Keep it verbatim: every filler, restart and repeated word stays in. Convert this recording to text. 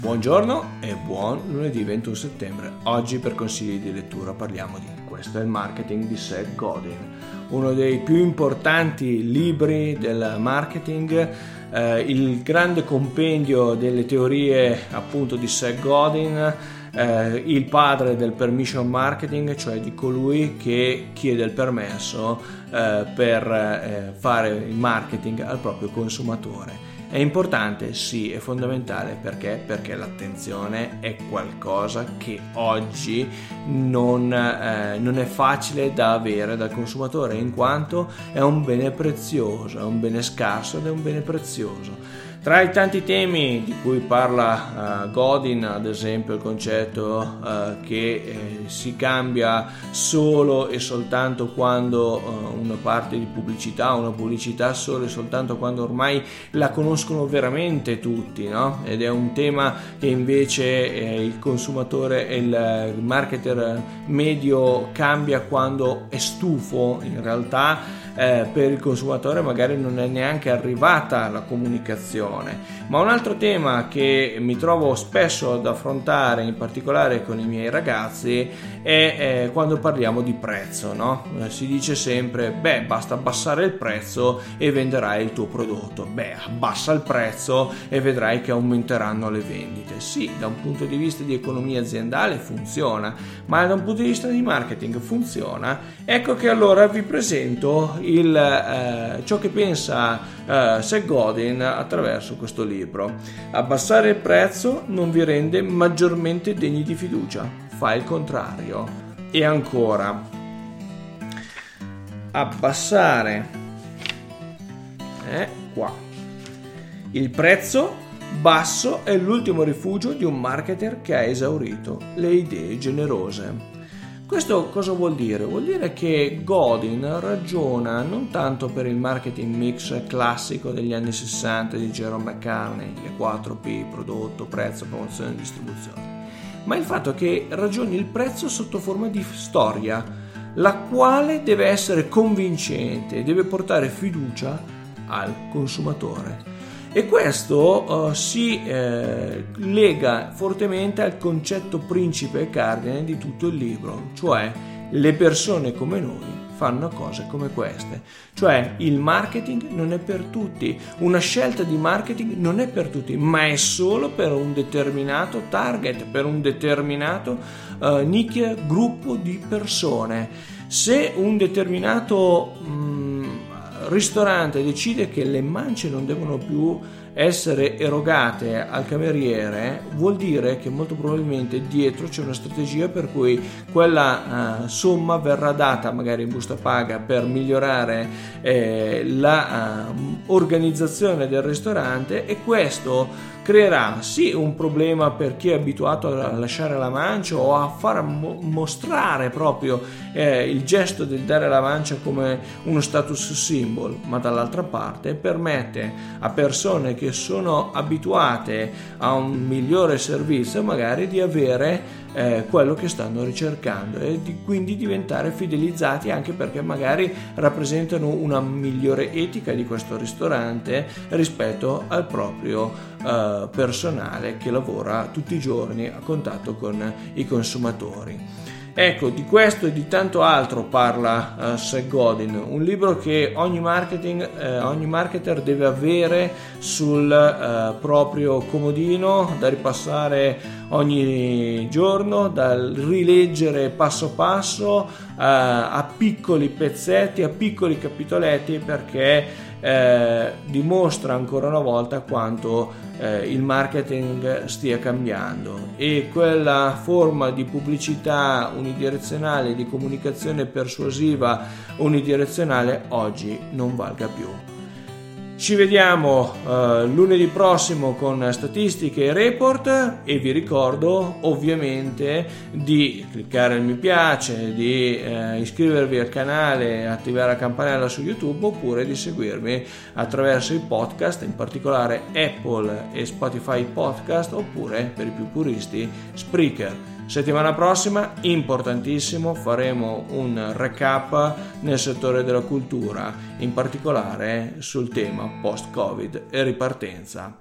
Buongiorno e buon lunedì ventuno settembre. Oggi per consigli di lettura parliamo di Questo è il marketing di Seth Godin, uno dei più importanti libri del marketing, eh, il grande compendio delle teorie appunto di Seth Godin, eh, il padre del permission marketing, cioè di colui che chiede il permesso eh, per eh, fare il marketing al proprio consumatore. È importante? Sì, è fondamentale. Perché? Perché l'attenzione è qualcosa che oggi non, eh, non è facile da avere dal consumatore, in quanto è un bene prezioso, è un bene scarso ed è un bene prezioso. Tra i tanti temi di cui parla uh, Godin, ad esempio il concetto uh, che eh, si cambia solo e soltanto quando uh, una parte di pubblicità, una pubblicità solo e soltanto quando ormai la conoscono veramente tutti, no? Ed è un tema che invece eh, il consumatore e il marketer medio cambia quando è stufo. In realtà Eh, per il consumatore magari non è neanche arrivata la comunicazione. Ma un altro tema che mi trovo spesso ad affrontare, in particolare con i miei ragazzi, è eh, quando parliamo di prezzo, no? Eh, si dice sempre, beh, basta abbassare il prezzo e venderai il tuo prodotto. Beh, abbassa il prezzo e vedrai che aumenteranno le vendite. Sì, da un punto di vista di economia aziendale funziona, ma da un punto di vista di marketing funziona? Ecco che allora vi presento Il, eh, ciò che pensa eh, Seth Godin attraverso questo libro. Abbassare il prezzo non vi rende maggiormente degni di fiducia, fa il contrario. E ancora, abbassare eh, qua il prezzo basso è l'ultimo rifugio di un marketer che ha esaurito le idee generose. Questo cosa vuol dire? Vuol dire che Godin ragiona non tanto per il marketing mix classico degli anni sessanta di Jerome McCartney, le quattro P, prodotto, prezzo, promozione e distribuzione, ma il fatto che ragioni il prezzo sotto forma di storia, la quale deve essere convincente e deve portare fiducia al consumatore. E questo uh, si eh, lega fortemente al concetto principe e cardine di tutto il libro, cioè le persone come noi fanno cose come queste, cioè il marketing non è per tutti, una scelta di marketing non è per tutti, ma è solo per un determinato target, per un determinato uh, nicchia, gruppo di persone. Se un determinato mh, ristorante decide che le mance non devono più essere erogate al cameriere, vuol dire che molto probabilmente dietro c'è una strategia per cui quella uh, somma verrà data magari in busta paga per migliorare eh, la uh, organizzazione del ristorante, e questo creerà sì un problema per chi è abituato a lasciare la mancia o a far mo- mostrare proprio eh, il gesto del dare la mancia come uno status symbol, ma dall'altra parte permette a persone che sono abituate a un migliore servizio magari di avere eh, quello che stanno ricercando e di, quindi diventare fidelizzati, anche perché magari rappresentano una migliore etica di questo ristorante rispetto al proprio eh, personale che lavora tutti i giorni a contatto con i consumatori. Ecco, di questo e di tanto altro parla uh, Seth Godin, un libro che ogni marketing, eh, ogni marketer deve avere sul uh, proprio comodino, da ripassare ogni giorno, da rileggere passo passo, uh, a piccoli pezzetti, a piccoli capitoletti, perché Eh, dimostra ancora una volta quanto eh, il marketing stia cambiando e quella forma di pubblicità unidirezionale, di comunicazione persuasiva unidirezionale oggi non valga più. Ci vediamo uh, lunedì prossimo con statistiche e report, e vi ricordo ovviamente di cliccare il mi piace, di uh, iscrivervi al canale, attivare la campanella su YouTube, oppure di seguirmi attraverso i podcast, in particolare Apple e Spotify Podcast, oppure per i più puristi Spreaker. Settimana prossima, importantissimo, faremo un recap nel settore della cultura, in particolare sul tema post-Covid e ripartenza.